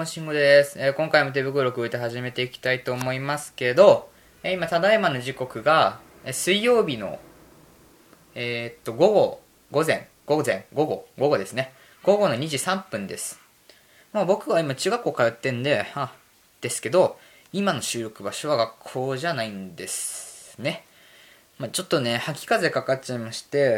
も慎吾です。今回も手袋をくべて始めていきたいと思いますけど、今ただいまの時刻が水曜日の午後ですね。午後の2時3分です。僕は今中学校通ってんで、ですけど、今の収録場所は学校じゃないんですね。ちょっとね、吐き風かかっちゃいまして、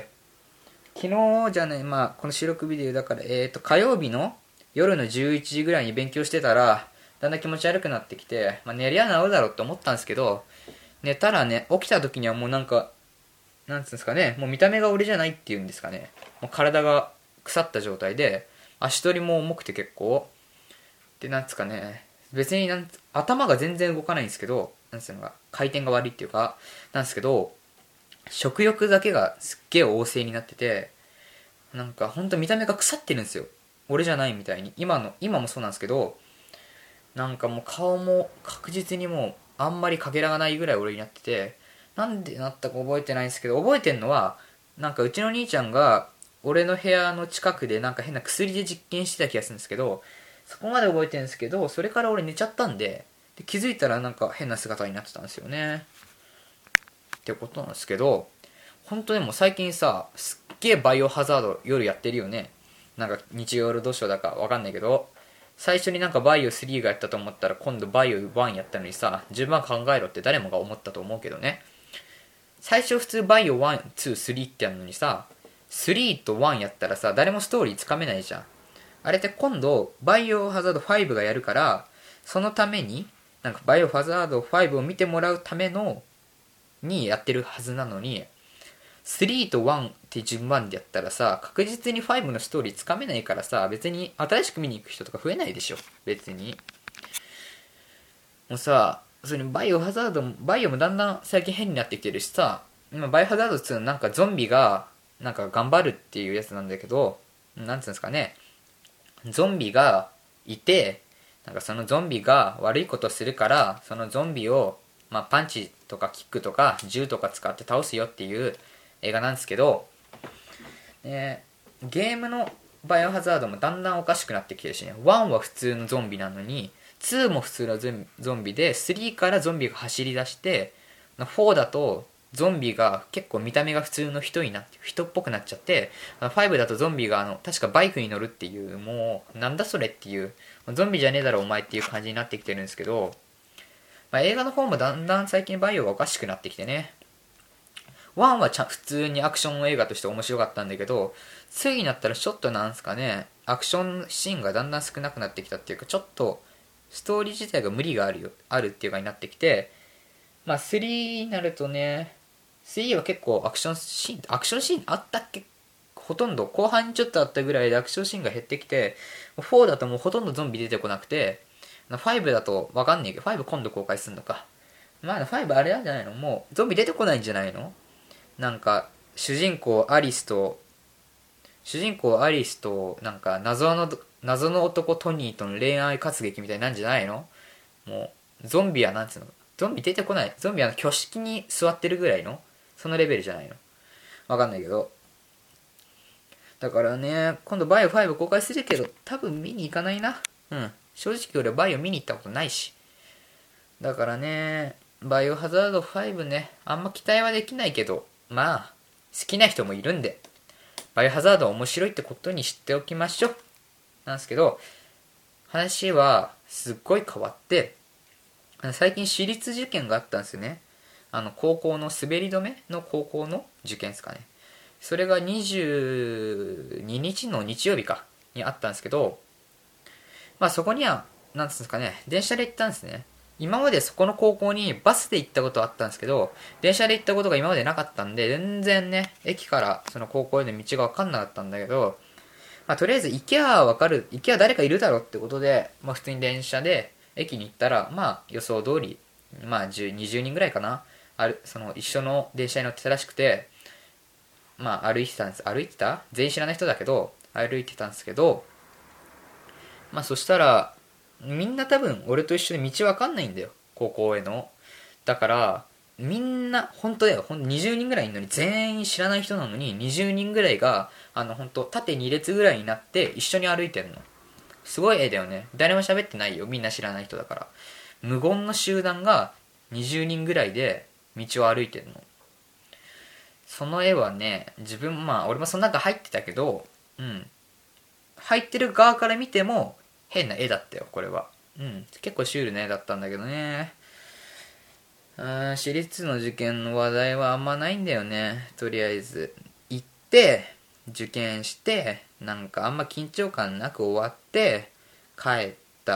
昨日じゃね、この収録ビデオだから、火曜日の夜の11時ぐらいに勉強してたら、だんだん気持ち悪くなってきて、寝りゃ治るだろうって思ったんですけど、寝たらね、起きた時にはもうなんつうんですかね、もう見た目が俺じゃないっていうんですかね、もう体が腐った状態で、足取りも重くて結構、で、なんですかね、別に頭が全然動かないんですけど、なんつうのが、回転が悪いっていうか、なんですけど、食欲だけがすっげえ旺盛になってて、ほんと見た目が腐ってるんですよ。俺じゃないみたいに。今もそうなんですけど、もう顔も確実にもうあんまりかけらがないぐらい俺になってて、なんでなったか覚えてないんですけど、覚えてんのは、うちの兄ちゃんが俺の部屋の近くで変な薬で実験してた気がするんですけど、そこまで覚えてるんですけど、それから俺寝ちゃったんで、気づいたら変な姿になってたんですよね。ってことなんですけど、本当でも最近さ、すっげえバイオハザード夜やってるよね。日曜ロードショーだかわかんないけど、最初にバイオ3がやったと思ったら今度バイオ1やったのにさ、順番考えろって誰もが思ったと思うけどね。最初普通バイオ1、2、3ってやるのにさ、3と1やったらさ、誰もストーリーつかめないじゃん。あれって今度バイオハザード5がやるから、そのためにバイオハザード5を見てもらうためのにやってるはずなのに、3と1って順番でやったらさ、確実に5のストーリーつかめないからさ、別に新しく見に行く人とか増えないでしょ、別に。もうさ、それバイオハザードも、バイオもだんだん最近変になってきてるしさ、今バイオハザード2のゾンビが頑張るっていうやつなんだけど、なんつうんですかね、ゾンビがいて、そのゾンビが悪いことするから、そのゾンビをパンチとかキックとか銃とか使って倒すよっていう映画なんですけど、ゲームのバイオハザードもだんだんおかしくなってきてるしね、1は普通のゾンビなのに2も普通のゾンビで、3からゾンビが走り出して、4だとゾンビが結構見た目が普通の人っぽくなっちゃって、5だとゾンビが確かバイクに乗るっていう、もうなんだそれっていう、ゾンビじゃねえだろお前っていう感じになってきてるんですけど、映画の方もだんだん最近バイオがおかしくなってきてね、1は普通にアクション映画として面白かったんだけど、2になったらちょっとアクションシーンがだんだん少なくなってきたっていうか、ちょっとストーリー自体が無理があるっていうかになってきて、3になるとね、3は結構アクションシーンあったっけ、ほとんど後半にちょっとあったぐらいでアクションシーンが減ってきて、4だともうほとんどゾンビ出てこなくて、5だとわかんねえけど、5今度公開するのか。5あれなんじゃないの、もうゾンビ出てこないんじゃないの。主人公アリスと謎の男トニーとの恋愛活劇みたいなんじゃないの。もうゾンビはゾンビ出てこない、ゾンビは挙式に座ってるぐらいのそのレベルじゃないの、わかんないけど。だからね、今度バイオ5公開するけど多分見に行かないな。正直俺バイオ見に行ったことないし、だからね、バイオハザード5ね、あんま期待はできないけど、好きな人もいるんで、バイオハザードは面白いってことに知っておきましょう。なんですけど、話はすっごい変わって、最近私立受験があったんですよね。高校の滑り止めの高校の受験ですかね。それが22日の日曜日かにあったんですけど、そこにはなんつうんですかね、電車で行ったんですね。今までそこの高校にバスで行ったことはあったんですけど、電車で行ったことが今までなかったんで、全然ね、駅からその高校への道が分かんなかったんだけど、とりあえず行きゃ誰かいるだろうってことで、普通に電車で駅に行ったら、予想通り、20人ぐらいかな、その一緒の電車に乗ってたらしくて、歩いてたんです。歩いてた全員知らない人だけど、歩いてたんですけど、そしたら、みんな多分俺と一緒で道わかんないんだよ、高校への。だからみんな本当だよ、20人ぐらいいるのに全員知らない人なのに、20人ぐらいが本当縦2列ぐらいになって一緒に歩いてるの。 すごい絵だよね。誰も喋ってないよ、みんな知らない人だから。無言の集団が20人ぐらいで道を歩いてるの。その絵はね、俺もその中入ってたけど、入ってる側から見ても変な絵だったよ、これは。結構シュールな絵だったんだけどね。私立の受験の話題はあんまないんだよね。とりあえず行って受験して、なんかあんま緊張感なく終わって帰った、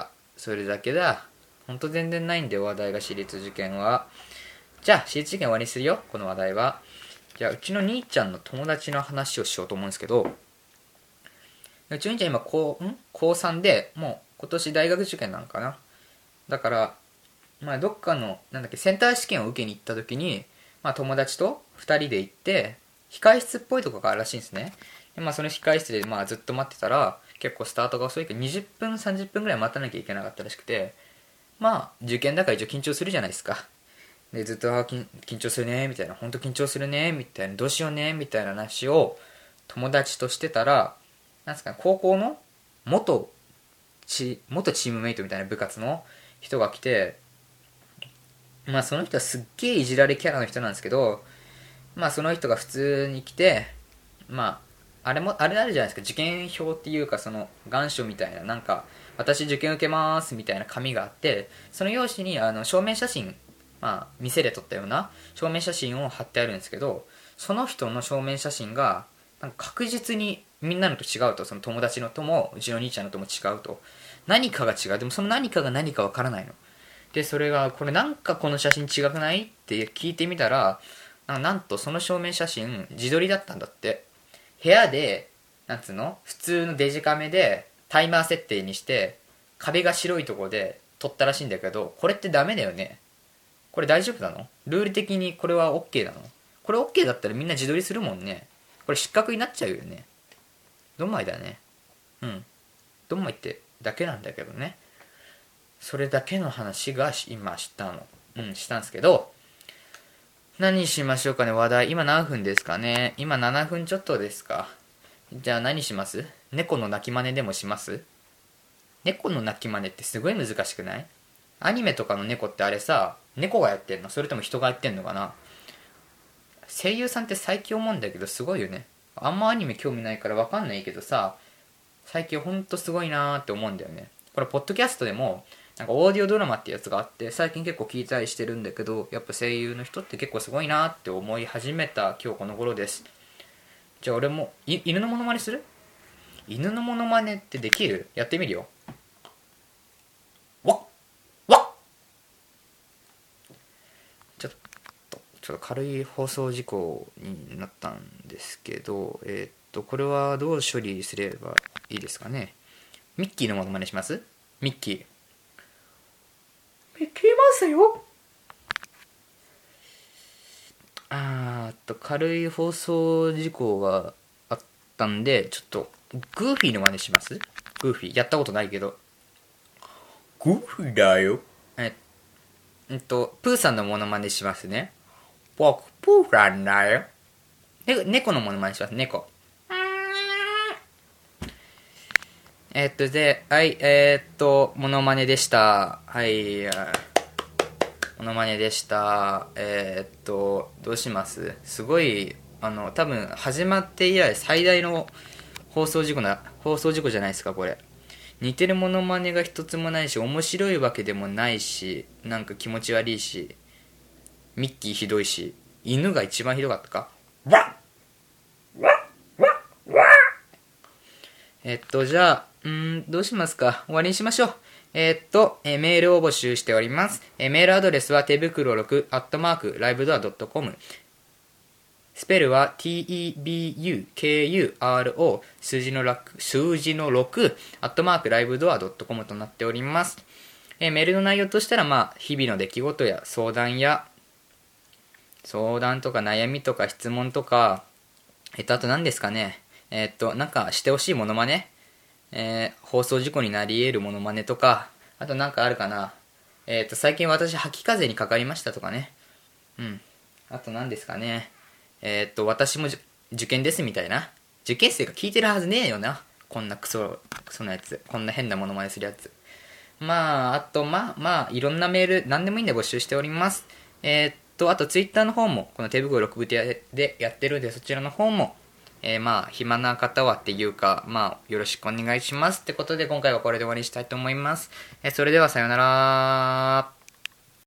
それだけだ。ほんと全然ないんだよ、話題が。私立受験は。じゃあ私立受験終わりにするよ、この話題は。じゃあうちの兄ちゃんの友達の話をしようと思うんですけど、うちの兄ちゃん今高3で、もう今年大学受験なんかな。だからどっかのセンター試験を受けに行った時に、友達と2人で行って、控室っぽいとこがあるらしいんですね。でその控室でずっと待ってたら、結構スタートが遅いけど20分30分ぐらい待たなきゃいけなかったらしくて、受験だから一応緊張するじゃないですか。でずっと緊張するねみたいな、本当緊張するねみたいな、どうしようねみたいな話を友達としてたら、高校の元チームメイトみたいな部活の人が来て、その人はすっげえいじられキャラの人なんですけど、その人が普通に来て、あれあるじゃないですか、受験票っていうか、その願書みたいな、私受験受けますみたいな紙があって、その用紙に証明写真、店で撮ったような証明写真を貼ってあるんですけど、その人の証明写真が確実にみんなのと違うと。その友達のともうちの兄ちゃんのとも違うと。何かが違う。でもその何かが何かわからないので、それがこれこの写真違くないって聞いてみたら、なんとその証明写真自撮りだったんだって。部屋で普通のデジカメでタイマー設定にして、壁が白いところで撮ったらしいんだけど、これってダメだよね。これ大丈夫なの？ルール的にこれは OK なの？これ OK だったらみんな自撮りするもんね。これ失格になっちゃうよね。ドンマイだね。ドンマイってだけなんだけどね。それだけの話が今したんですけど、何しましょうかね、話題。今何分ですかね。今7分ちょっとですか。じゃあ何します？猫の鳴き真似でもします？猫の鳴き真似ってすごい難しくない？アニメとかの猫ってあれさ、猫がやってんの？それとも人がやってんのかな？声優さんって最近思うんだけどすごいよね。あんまアニメ興味ないから分かんないけどさ、最近ほんとすごいなーって思うんだよね。これポッドキャストでもオーディオドラマってやつがあって、最近結構聞いたりしてるんだけど、やっぱ声優の人って結構すごいなって思い始めた今日この頃です。じゃあ俺も犬のモノマネする？犬のモノマネってできる？やってみるよ。わっわっ。ちょっと軽い放送事故になったんですけど、これはどう処理すればいいですかね。ミッキーのモノマネします？ミッキーますよ。軽い放送事故があったんで、ちょっとグーフィーの真似します？グーフィーやったことないけど。グーフィーだよ。プーさんのモノマネしますね。僕プーさんだよ。猫のモノマネします。猫。はい、モノマネでした。はい、モノマネでした。どうします？すごい、多分、始まって以来最大の放送事故じゃないですか、これ。似てるモノマネが一つもないし、面白いわけでもないし、気持ち悪いし、ミッキーひどいし、犬が一番ひどかったか。わっわっわっわっ。じゃあ、どうしますか？終わりにしましょう。メールを募集しております。メールアドレスは手袋6@livedoor.com。スペルは TEBUKURO 数字の6@livedoor.com となっております。メールの内容としたら、日々の出来事や相談とか悩みとか質問とか、あと何ですかね。してほしいモノマネ、放送事故になり得るモノマネとか、あとあるかな。最近私吐き風邪にかかりましたとかね。あと何ですかね。私も受験ですみたいな。受験生が聞いてるはずねえよな。 こんなクソなやつ、こんな変なものまねするやつ。あといろんなメール何でもいいんで募集しております。あとツイッターの方もこの手袋6分でやってるんで、そちらの方も暇な方はっていうかよろしくお願いしますってことで、今回はこれで終わりにしたいと思います。それではさようなら。